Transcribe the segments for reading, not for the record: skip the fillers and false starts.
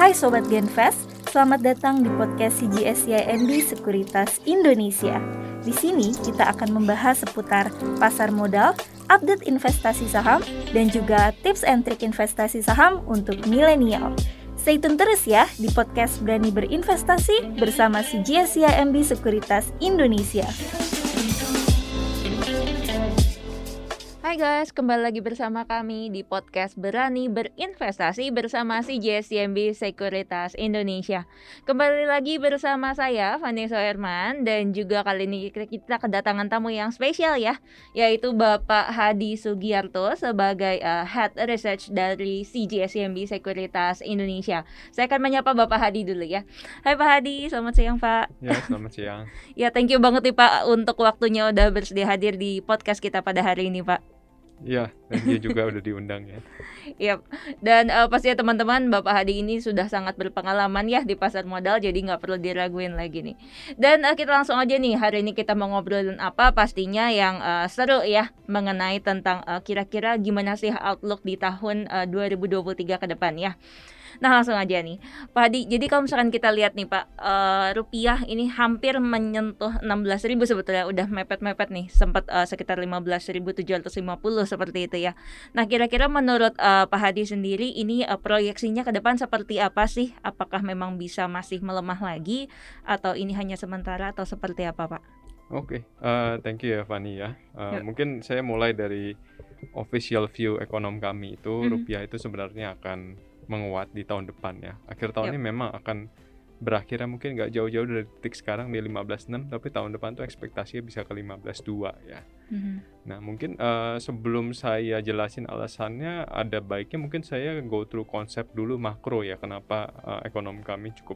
Hai Sobat Genvest, selamat datang di podcast CGSCIMB Sekuritas Indonesia. Di sini kita akan membahas seputar pasar modal, update investasi saham, dan juga tips and trik investasi saham untuk milenial. Stay tune terus ya di podcast Berani Berinvestasi bersama CGSCIMB Sekuritas Indonesia. Hai guys, kembali lagi bersama kami di podcast Berani Berinvestasi bersama CGSCIMB Sekuritas Indonesia. Kembali lagi bersama saya, Vanessa Herman, dan juga kali ini kita kedatangan tamu yang spesial ya, yaitu Bapak Hadi Sugiarto sebagai Head Research dari CGSCIMB Sekuritas Indonesia. Saya akan menyapa Bapak Hadi dulu ya. Hai Pak Hadi, selamat siang Pak. Ya, selamat siang. Ya, thank you banget nih Pak untuk waktunya udah bersedia hadir di podcast kita pada hari ini Pak. Ya, dan dia juga udah diundang ya. Yap. Dan pastinya teman-teman, Bapak Hadi ini sudah sangat berpengalaman ya di pasar modal, jadi nggak perlu diraguin lagi nih. Dan kita langsung aja nih, hari ini kita mau ngobrolin apa, pastinya yang seru ya, mengenai tentang kira-kira gimana sih outlook di tahun 2023 ke depan ya. Nah langsung aja nih Pak Hadi, jadi kalau misalkan kita lihat nih Pak, rupiah ini hampir menyentuh 16.000 sebetulnya, udah mepet-mepet nih, sempat sekitar 15.750 seperti itu ya. Nah kira-kira menurut Pak Hadi sendiri ini proyeksinya ke depan seperti apa sih? Apakah memang bisa masih melemah lagi atau ini hanya sementara atau seperti apa Pak? Oke, thank you ya Fani ya. Mungkin saya mulai dari official view ekonom kami itu rupiah itu sebenarnya akan menguat di tahun depan ya. Akhir tahun ini memang akan berakhirnya mungkin nggak jauh-jauh dari titik sekarang di 15.6, tapi tahun depan tuh ekspektasinya bisa ke 15.2 ya. Nah mungkin sebelum saya jelasin alasannya, ada baiknya mungkin saya go through konsep dulu makro ya, kenapa ekonomi kami cukup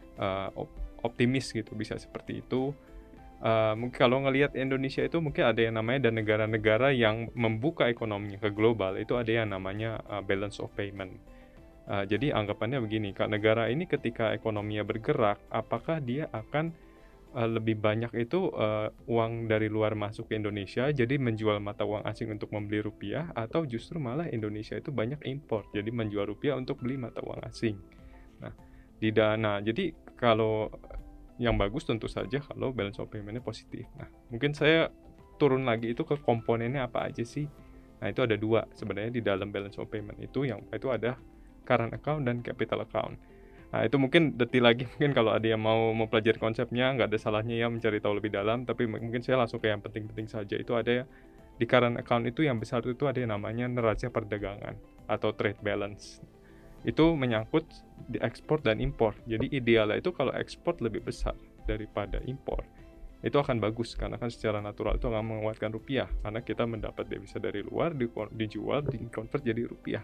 optimis gitu bisa seperti itu. Mungkin kalau ngelihat Indonesia itu mungkin ada yang namanya, dan negara-negara yang membuka ekonominya ke global itu ada yang namanya balance of payment. Jadi anggapannya begini, Kak, negara ini ketika ekonominya bergerak, apakah dia akan lebih banyak itu uang dari luar masuk ke Indonesia, jadi menjual mata uang asing untuk membeli rupiah, atau justru malah Indonesia itu banyak impor, jadi menjual rupiah untuk beli mata uang asing. Nah, jadi kalau yang bagus tentu saja kalau balance of payment-nya positif. Nah, mungkin saya turun lagi itu ke komponennya apa aja sih. Nah, itu ada dua sebenarnya di dalam balance of payment itu, yang itu ada current account dan capital account. Nah itu mungkin detail lagi, mungkin kalau ada yang mau mempelajari konsepnya nggak ada salahnya ya mencari tahu lebih dalam, tapi mungkin saya langsung ke yang penting-penting saja. Itu ada di current account itu yang besar itu ada yang namanya neraca perdagangan atau trade balance. Itu menyangkut di ekspor dan impor. Jadi idealnya itu kalau ekspor lebih besar daripada impor, itu akan bagus karena kan secara natural itu akan menguatkan rupiah, karena kita mendapat devisa dari luar, dijual, di-convert jadi rupiah.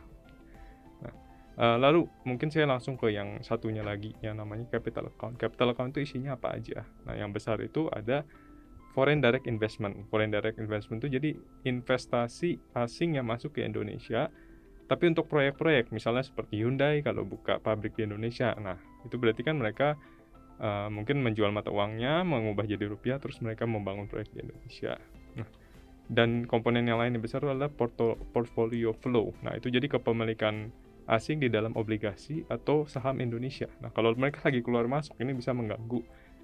Lalu mungkin saya langsung ke yang satunya lagi yang namanya capital account. Capital account itu isinya apa aja? Nah yang besar itu ada foreign direct investment. Foreign direct investment itu jadi investasi asing yang masuk ke Indonesia, tapi untuk proyek-proyek misalnya seperti Hyundai kalau buka pabrik di Indonesia. Nah itu berarti kan mereka mungkin menjual mata uangnya, mengubah jadi rupiah, terus mereka membangun proyek di Indonesia. Nah, dan komponen yang lain yang besar adalah portfolio flow. Nah itu jadi kepemilikan asing di dalam obligasi atau saham Indonesia. Nah, kalau mereka lagi keluar masuk, ini bisa mengganggu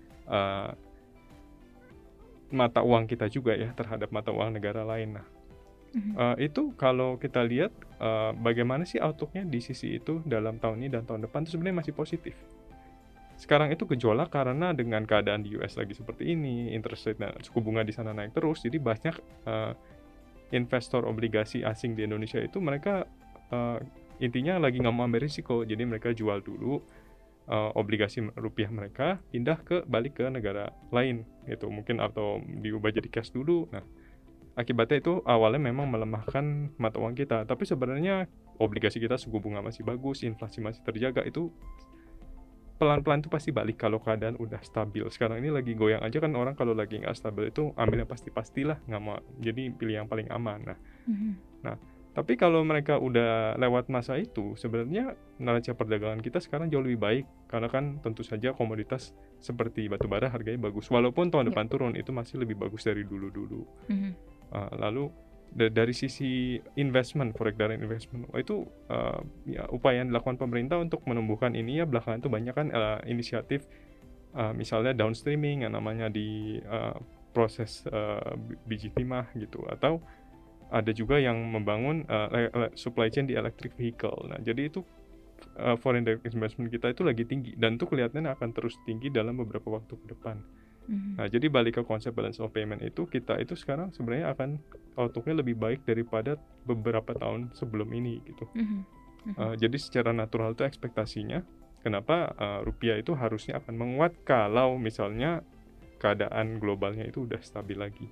mata uang kita juga ya terhadap mata uang negara lain. Nah, itu kalau kita lihat bagaimana sih outlooknya di sisi itu dalam tahun ini dan tahun depan itu sebenarnya masih positif. Sekarang itu gejolak karena dengan keadaan di US lagi seperti ini, interest rate dan suku bunga di sana naik terus, jadi banyak investor obligasi asing di Indonesia itu mereka intinya lagi nggak mau ambil risiko, jadi mereka jual dulu obligasi rupiah mereka, pindah balik ke negara lain gitu mungkin, atau diubah jadi cash dulu. Nah akibatnya itu awalnya memang melemahkan mata uang kita, tapi sebenarnya obligasi kita suku bunga masih bagus, inflasi masih terjaga, itu pelan-pelan itu pasti balik kalau keadaan udah stabil. Sekarang ini lagi goyang aja kan, orang kalau lagi nggak stabil itu ambil yang pasti-pastilah, nggak mau, jadi pilih yang paling aman. Nah tapi kalau mereka udah lewat masa itu, sebenarnya neraca perdagangan kita sekarang jauh lebih baik, karena kan tentu saja komoditas seperti batubara harganya bagus, walaupun tahun depan turun, itu masih lebih bagus dari dulu-dulu. Lalu dari sisi investment, forex direct investment itu ya upaya yang dilakukan pemerintah untuk menumbuhkan ini ya belakangan itu banyak kan inisiatif misalnya downstreaming yang namanya di proses biji timah gitu, atau ada juga yang membangun supply chain di electric vehicle. Nah jadi itu foreign direct investment kita itu lagi tinggi dan itu kelihatannya akan terus tinggi dalam beberapa waktu ke depan. Nah, jadi balik ke konsep balance of payment itu, kita itu sekarang sebenarnya akan outlook-nya lebih baik daripada beberapa tahun sebelum ini gitu. Jadi secara natural itu ekspektasinya, kenapa rupiah itu harusnya akan menguat kalau misalnya keadaan globalnya itu udah stabil lagi.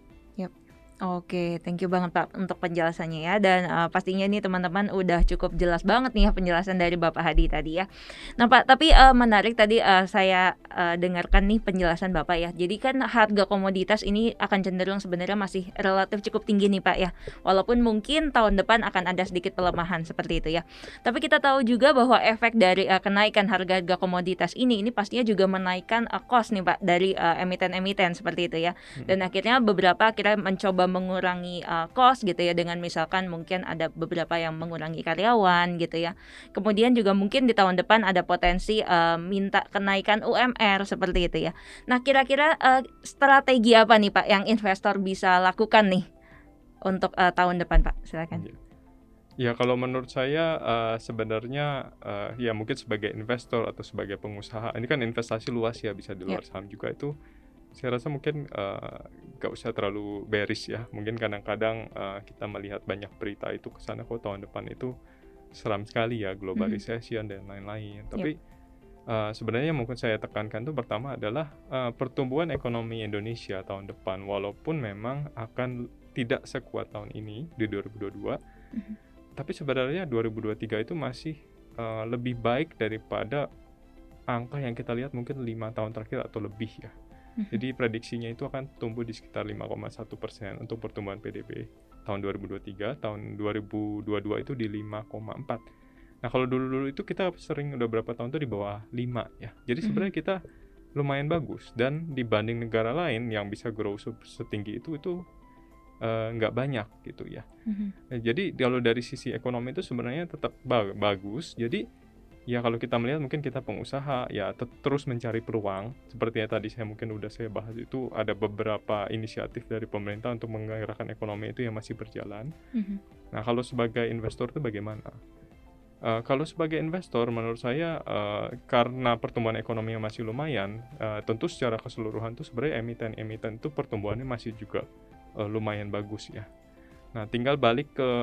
Oke, thank you banget Pak untuk penjelasannya ya. Dan pastinya nih teman-teman udah cukup jelas banget nih ya penjelasan dari Bapak Hadi tadi ya. Nah Pak, tapi menarik tadi saya dengarkan nih penjelasan Bapak ya. Jadi kan harga komoditas ini akan cenderung sebenarnya masih relatif cukup tinggi nih Pak ya. Walaupun mungkin tahun depan akan ada sedikit pelemahan seperti itu ya. Tapi kita tahu juga bahwa efek dari kenaikan harga komoditas ini pastinya juga menaikkan cost nih Pak dari emiten-emiten seperti itu ya. Dan akhirnya beberapa akhirnya mencoba mengurangi cost gitu ya, dengan misalkan mungkin ada beberapa yang mengurangi karyawan gitu ya. Kemudian juga mungkin di tahun depan ada potensi minta kenaikan UMR seperti itu ya. Nah kira-kira strategi apa nih Pak yang investor bisa lakukan nih untuk tahun depan Pak? Silakan. Ya kalau menurut saya sebenarnya ya mungkin sebagai investor atau sebagai pengusaha, ini kan investasi luas ya, bisa di luar saham juga, itu saya rasa mungkin gak usah terlalu bearish ya. Mungkin kadang-kadang kita melihat banyak berita itu kesana kok tahun depan itu seram sekali ya, global recession dan lain-lain. Tapi sebenarnya mungkin saya tekankan itu pertama adalah pertumbuhan ekonomi Indonesia tahun depan walaupun memang akan tidak sekuat tahun ini di 2022, tapi sebenarnya 2023 itu masih lebih baik daripada angka yang kita lihat mungkin 5 tahun terakhir atau lebih ya. Jadi prediksinya itu akan tumbuh di sekitar 5,1% untuk pertumbuhan PDB tahun 2023, tahun 2022 itu di 5,4. Nah kalau dulu-dulu itu kita sering udah berapa tahun tuh di bawah 5 ya. Jadi sebenarnya kita lumayan bagus, dan dibanding negara lain yang bisa grow setinggi itu nggak banyak gitu ya. Nah, jadi kalau dari sisi ekonomi itu sebenarnya tetap bagus. Jadi ya kalau kita melihat mungkin kita pengusaha ya terus mencari peluang, seperti yang tadi saya bahas itu ada beberapa inisiatif dari pemerintah untuk menggerakkan ekonomi itu yang masih berjalan. Nah kalau sebagai investor itu bagaimana? Kalau sebagai investor menurut saya karena pertumbuhan ekonomi yang masih lumayan, tentu secara keseluruhan tuh sebenarnya emiten itu pertumbuhannya masih juga lumayan bagus ya. Nah tinggal balik ke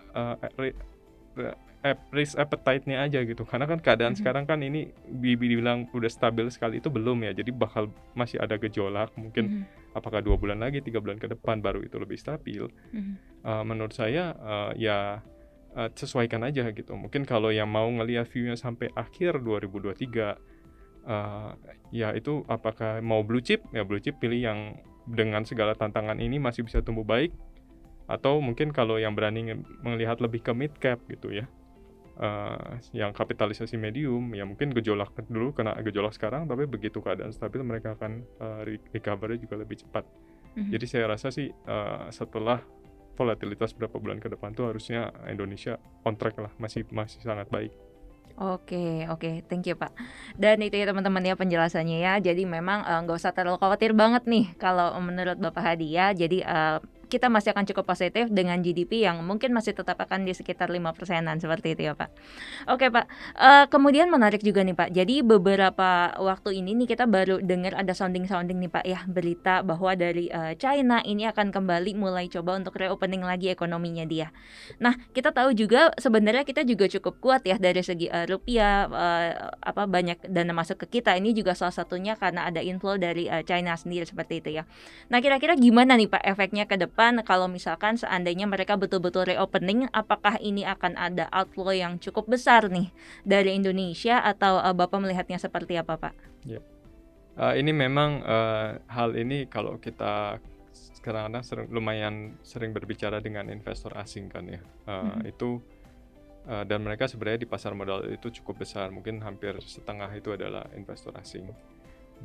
risk appetite-nya aja gitu, karena kan keadaan sekarang kan ini dibilang udah stabil sekali itu belum ya, jadi bakal masih ada gejolak mungkin apakah 2 bulan lagi, 3 bulan ke depan baru itu lebih stabil. Menurut saya sesuaikan aja gitu. Mungkin kalau yang mau ngelihat view-nya sampai akhir 2023 ya itu apakah mau blue chip, ya blue chip pilih yang dengan segala tantangan ini masih bisa tumbuh baik, atau mungkin kalau yang berani melihat lebih ke mid cap gitu ya, yang kapitalisasi medium ya mungkin gejolak dulu, kena gejolak sekarang, tapi begitu keadaan stabil mereka akan recovery juga lebih cepat. Jadi saya rasa sih setelah volatilitas beberapa bulan ke depan tuh harusnya Indonesia on track lah, masih sangat baik. Oke, thank you Pak. Dan itu ya teman-teman ya penjelasannya ya. Jadi memang nggak usah terlalu khawatir banget nih kalau menurut Bapak Hadi ya. Jadi kita masih akan cukup positif dengan GDP yang mungkin masih tetap akan di sekitar 5%-an seperti itu ya Pak. Oke Pak, kemudian menarik juga nih Pak. Jadi beberapa waktu ini nih kita baru dengar ada sounding nih Pak ya, berita bahwa dari China ini akan kembali mulai coba untuk reopening lagi ekonominya dia. Nah kita tahu juga sebenarnya kita juga cukup kuat ya dari segi rupiah, banyak dana masuk ke kita. Ini juga salah satunya karena ada inflow dari China sendiri seperti itu ya. Nah kira-kira gimana nih Pak efeknya ke depan kalau misalkan seandainya mereka betul-betul reopening, apakah ini akan ada outflow yang cukup besar nih dari Indonesia, atau Bapak melihatnya seperti apa Pak? Ya. Ini memang hal ini kalau kita sekarang lumayan sering berbicara dengan investor asing kan ya, itu dan mereka sebenarnya di pasar modal itu cukup besar, mungkin hampir setengah itu adalah investor asing. Nah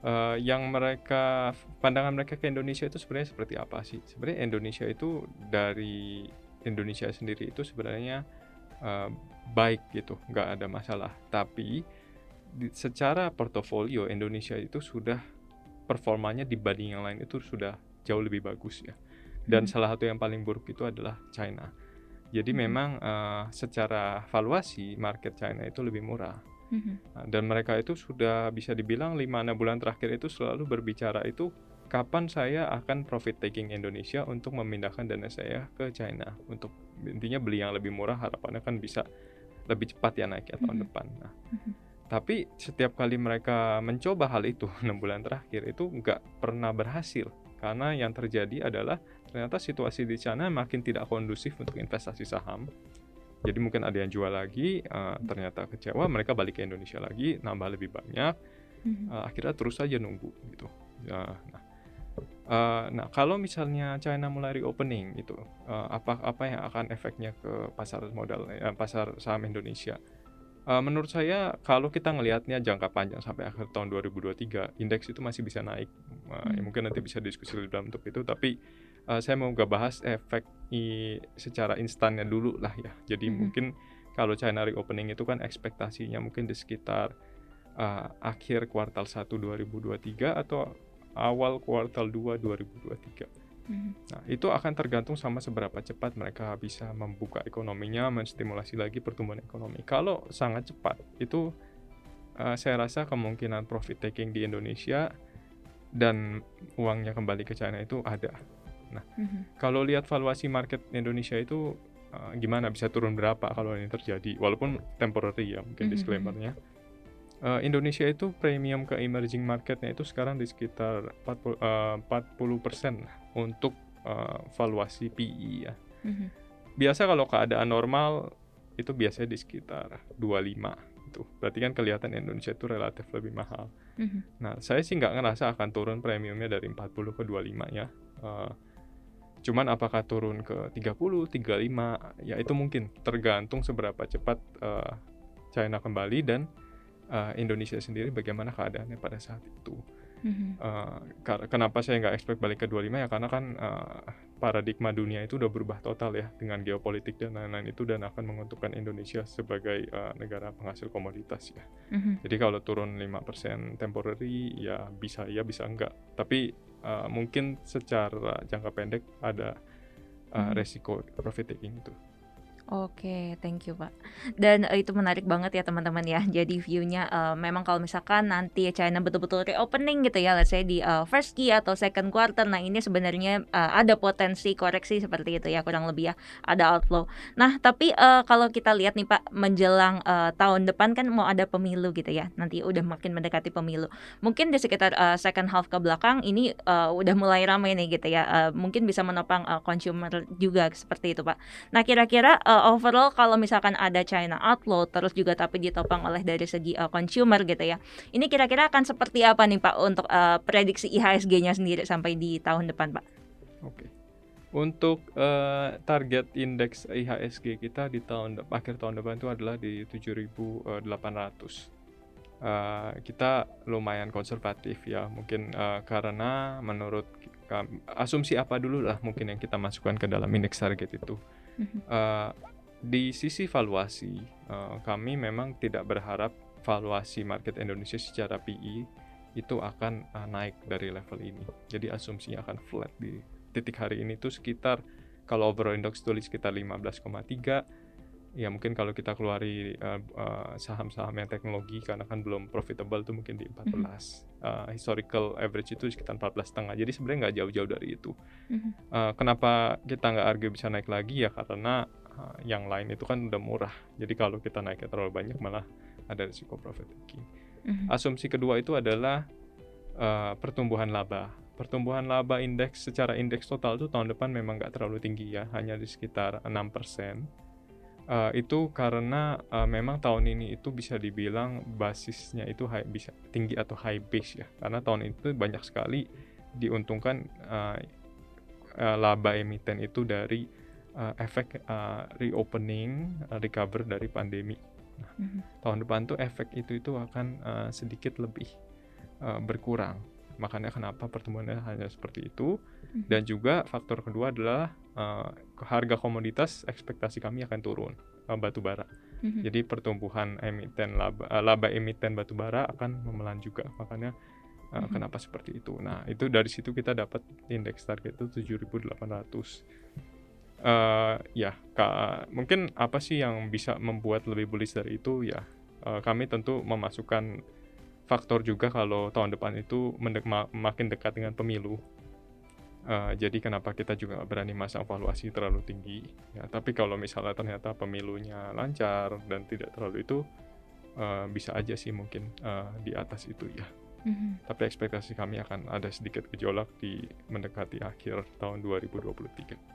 Pandangan mereka ke Indonesia itu sebenarnya seperti apa sih? Sebenarnya Indonesia itu dari Indonesia sendiri itu sebenarnya baik gitu, nggak ada masalah. Tapi secara portofolio Indonesia itu sudah performanya dibanding yang lain itu sudah jauh lebih bagus ya. Dan salah satu yang paling buruk itu adalah China. Jadi memang secara valuasi market China itu lebih murah. Dan mereka itu sudah bisa dibilang 5-6 bulan terakhir itu selalu berbicara itu kapan saya akan profit taking Indonesia untuk memindahkan dana saya ke China, untuk intinya beli yang lebih murah, harapannya kan bisa lebih cepat ya naiknya tahun depan. Nah, tapi setiap kali mereka mencoba hal itu 6 bulan terakhir itu nggak pernah berhasil, karena yang terjadi adalah ternyata situasi di China makin tidak kondusif untuk investasi saham. Jadi mungkin ada yang jual lagi, ternyata kecewa, mereka balik ke Indonesia lagi, nambah lebih banyak, akhirnya terus saja nunggu gitu. Nah, kalau misalnya China mulai reopening itu, apa yang akan efeknya ke pasar modal, pasar saham Indonesia? Menurut saya kalau kita ngelihatnya jangka panjang sampai akhir tahun 2023, indeks itu masih bisa naik. Ya mungkin nanti bisa diskusi lebih dalam untuk itu, tapi saya mau nggak bahas efek secara instannya dulu lah ya. Jadi mungkin kalau China reopening itu kan ekspektasinya mungkin di sekitar akhir kuartal 1 2023 atau awal kuartal 2 2023. Nah, itu akan tergantung sama seberapa cepat mereka bisa membuka ekonominya, menstimulasi lagi pertumbuhan ekonomi. Kalau sangat cepat, itu saya rasa kemungkinan profit taking di Indonesia dan uangnya kembali ke China itu ada. Nah, kalau lihat valuasi market Indonesia itu gimana, bisa turun berapa kalau ini terjadi, walaupun temporary ya mungkin disclaimer-nya. Indonesia itu premium ke emerging marketnya itu sekarang di sekitar 40% untuk valuasi PE ya. Biasa kalau keadaan normal itu biasanya di sekitar 25 itu. Berarti kan kelihatan Indonesia itu relatif lebih mahal. Nah, saya sih nggak ngerasa akan turun premiumnya dari 40 ke 25 ya. Cuman apakah turun ke 30, 35, ya itu mungkin tergantung seberapa cepat China kembali dan Indonesia sendiri bagaimana keadaannya pada saat itu. Kenapa saya nggak expect balik ke 25 ya, karena kan paradigma dunia itu udah berubah total ya dengan geopolitik dan lain-lain itu, dan akan menguntungkan Indonesia sebagai negara penghasil komoditas ya. Jadi kalau turun 5% temporary ya bisa enggak, tapi mungkin secara jangka pendek ada resiko profit taking itu. Oke, thank you Pak. Dan itu menarik banget ya teman-teman ya. Jadi view-nya memang kalau misalkan nanti China betul-betul reopening gitu ya, let's say di first Q atau second quarter, nah ini sebenarnya ada potensi koreksi seperti itu ya, kurang lebih ya, ada outflow. Nah tapi kalau kita lihat nih Pak, menjelang tahun depan kan mau ada pemilu gitu ya, nanti udah makin mendekati pemilu. Mungkin di sekitar second half ke belakang ini udah mulai ramai nih gitu ya, mungkin bisa menopang consumer juga seperti itu Pak. Nah kira-kira overall kalau misalkan ada China outflow terus juga tapi ditopang oleh dari segi consumer gitu ya, ini kira-kira akan seperti apa nih Pak untuk prediksi IHSG-nya sendiri sampai di tahun depan Pak? Oke. Untuk target indeks IHSG kita di akhir tahun depan itu adalah di 7.800. Kita lumayan konservatif ya, mungkin karena menurut asumsi apa dulu lah mungkin yang kita masukkan ke dalam indeks target itu. Di sisi valuasi, kami memang tidak berharap valuasi market Indonesia secara PE itu akan naik dari level ini. Jadi asumsinya akan flat di titik hari ini tuh sekitar, kalau overall index tulis sekitar 15,3. Ya mungkin kalau kita keluari saham-saham yang teknologi karena kan belum profitable tuh mungkin di 14. Historical average itu sekitar 14,5. Jadi sebenarnya nggak jauh-jauh dari itu. Kenapa kita nggak argue bisa naik lagi ya, karena yang lain itu kan udah murah. Jadi kalau kita naiknya terlalu banyak malah ada risiko profit taking. Asumsi kedua itu adalah pertumbuhan laba. Pertumbuhan laba indeks secara indeks total itu tahun depan memang nggak terlalu tinggi ya, hanya di sekitar 6%. Itu karena memang tahun ini itu bisa dibilang basisnya itu bisa tinggi atau high base ya, karena tahun itu banyak sekali diuntungkan laba emiten itu dari efek reopening, recover dari pandemi. Tahun depan tuh efek itu akan sedikit lebih berkurang. Makanya kenapa pertumbuhannya hanya seperti itu. Dan juga faktor kedua adalah harga komoditas ekspektasi kami akan turun, batu bara. Jadi pertumbuhan emiten laba emiten batu bara akan memelan juga. Makanya kenapa seperti itu. Nah, itu dari situ kita dapat indeks target itu 7.800. Mungkin apa sih yang bisa membuat lebih bullish dari itu ya? Kami tentu memasukkan faktor juga kalau tahun depan itu makin dekat dengan pemilu. Jadi kenapa kita juga nggak berani masang valuasi terlalu tinggi ya, tapi kalau misalnya ternyata pemilunya lancar dan tidak terlalu itu bisa aja sih mungkin di atas itu ya. Tapi ekspektasi kami akan ada sedikit gejolak di mendekati akhir tahun 2023.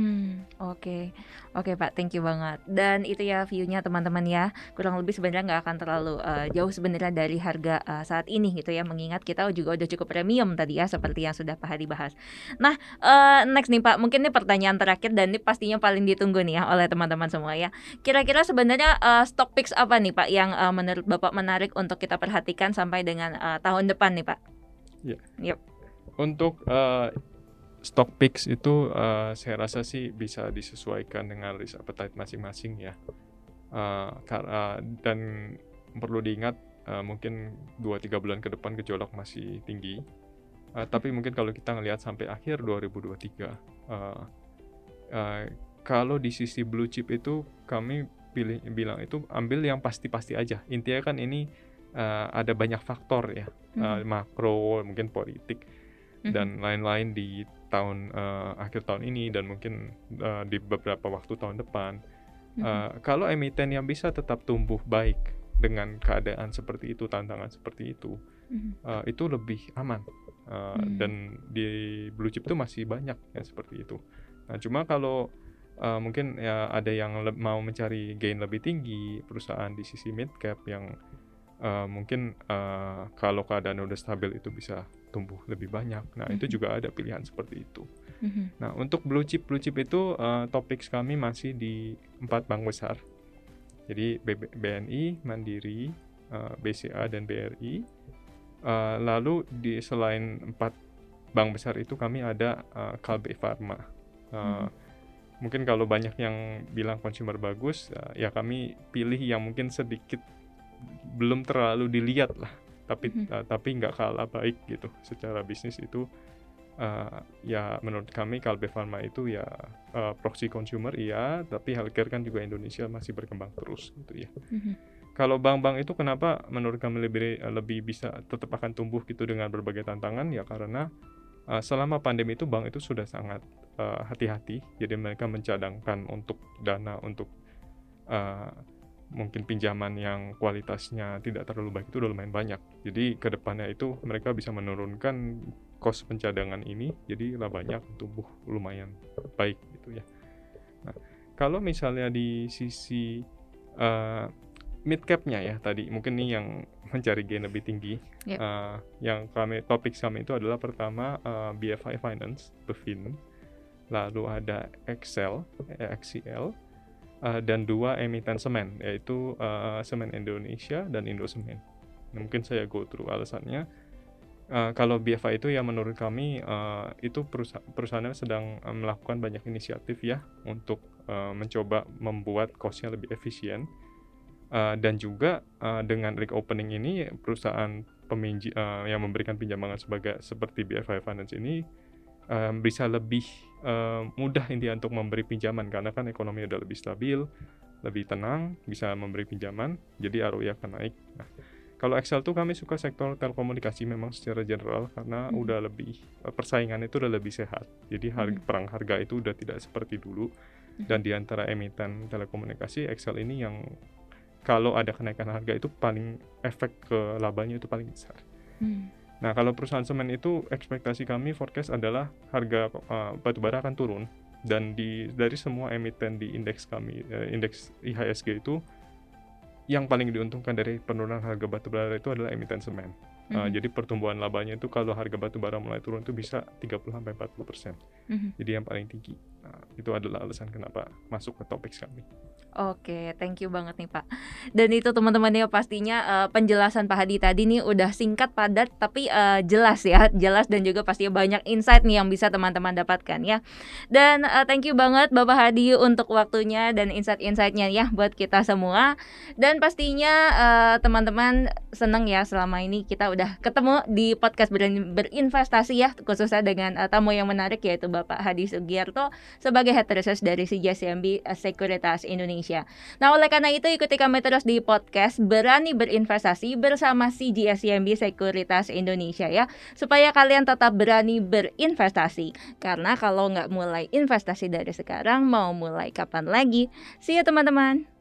Oke Pak, thank you banget. Dan itu ya view-nya teman-teman ya, kurang lebih sebenarnya nggak akan terlalu jauh sebenarnya dari harga saat ini gitu ya, mengingat kita juga udah cukup premium tadi ya, seperti yang sudah Pak Hadi bahas. Nah, next nih Pak, mungkin ini pertanyaan terakhir dan ini pastinya paling ditunggu nih ya oleh teman-teman semua ya. Kira-kira sebenarnya stock picks apa nih Pak yang menurut Bapak menarik untuk kita perhatikan sampai dengan tahun depan nih Pak? Ya. Yep. Untuk stock picks itu saya rasa sih bisa disesuaikan dengan risk appetite masing-masing ya. Dan perlu diingat mungkin 2-3 bulan ke depan gejolak masih tinggi. Tapi mungkin kalau kita ngelihat sampai akhir 2023, kalau di sisi blue chip itu kami bilang itu ambil yang pasti-pasti aja. Intinya kan ini ada banyak faktor ya, makro, mungkin politik dan lain-lain di akhir tahun ini dan mungkin di beberapa waktu tahun depan. Kalau emiten yang bisa tetap tumbuh baik dengan keadaan seperti itu, tantangan seperti itu lebih aman. Dan di blue chip itu masih banyak ya seperti itu. Nah, cuma kalau mungkin ya ada yang mau mencari gain lebih tinggi, perusahaan di sisi mid cap yang mungkin kalau keadaan udah stabil itu bisa tumbuh lebih banyak. Nah, itu juga ada pilihan seperti itu. Nah, untuk blue chip itu topik kami masih di 4 bank besar. Jadi BNI, Mandiri, BCA dan BRI. Lalu selain 4 bank besar itu kami ada Kalbe Pharma. Mungkin kalau banyak yang bilang consumer bagus, ya kami pilih yang mungkin sedikit belum terlalu dilihat lah, tapi nggak kalah baik gitu secara bisnis itu. Ya menurut kami Kalbe Pharma itu ya proxy consumer iya, tapi healthcare kan juga Indonesia masih berkembang terus gitu ya. Kalau bank-bank itu kenapa menurut kami lebih bisa tetap akan tumbuh gitu dengan berbagai tantangan ya, karena selama pandemi itu bank itu sudah sangat hati-hati, jadi mereka mencadangkan untuk dana untuk mungkin pinjaman yang kualitasnya tidak terlalu baik itu udah lumayan banyak. Jadi ke depannya itu mereka bisa menurunkan cost pencadangan ini, jadi labanya tumbuh lumayan baik gitu ya. Nah, kalau misalnya di sisi mid cap-nya ya tadi, mungkin nih yang mencari gain lebih tinggi. Yang topik kami itu adalah pertama BFI Finance, BFIN, lalu ada XCL, dan 2 emiten semen, yaitu Semen Indonesia dan Indosemen. Nah, mungkin saya go through alasannya. Kalau BFI itu ya menurut kami itu perusahaannya sedang melakukan banyak inisiatif ya untuk mencoba membuat cost-nya lebih efisien. Dan juga dengan reopening ini perusahaan yang memberikan pinjaman seperti BFI Finance ini bisa lebih mudah intinya untuk memberi pinjaman, karena kan ekonomi udah lebih stabil, lebih tenang, bisa memberi pinjaman, jadi ROI akan naik. Nah, kalau Excel tuh kami suka sektor telekomunikasi memang secara general, karena udah lebih persaingan itu udah lebih sehat, jadi perang harga itu udah tidak seperti dulu. Dan di antara emiten telekomunikasi, Excel ini yang kalau ada kenaikan harga itu paling efek ke labanya itu paling besar. Nah, kalau perusahaan semen itu ekspektasi kami forecast adalah harga batubara akan turun, dan dari semua emiten di indeks kami, indeks IHSG itu yang paling diuntungkan dari penurunan harga batubara itu adalah emiten semen. Jadi pertumbuhan labanya itu kalau harga batubara mulai turun itu bisa 30-40%. Jadi yang paling tinggi. Nah, itu adalah alasan kenapa masuk ke topik kami. Oke, thank you banget nih Pak. Dan itu teman-teman ya pastinya penjelasan Pak Hadi tadi nih udah singkat padat tapi jelas ya, jelas dan juga pastinya banyak insight nih yang bisa teman-teman dapatkan ya. Dan thank you banget Bapak Hadi untuk waktunya dan insight-insightnya ya buat kita semua. Dan pastinya teman-teman seneng ya selama ini kita udah ketemu di podcast berinvestasi ya, khususnya dengan tamu yang menarik yaitu Bapak Hadi Sugiarto sebagai Head Research dari CGS-CIMB Sekuritas Indonesia. Nah, oleh karena itu ikuti kami terus di podcast Berani Berinvestasi bersama CGS-CIMB Sekuritas Indonesia ya, supaya kalian tetap berani berinvestasi. Karena kalau nggak mulai investasi dari sekarang, mau mulai kapan lagi? See you teman-teman.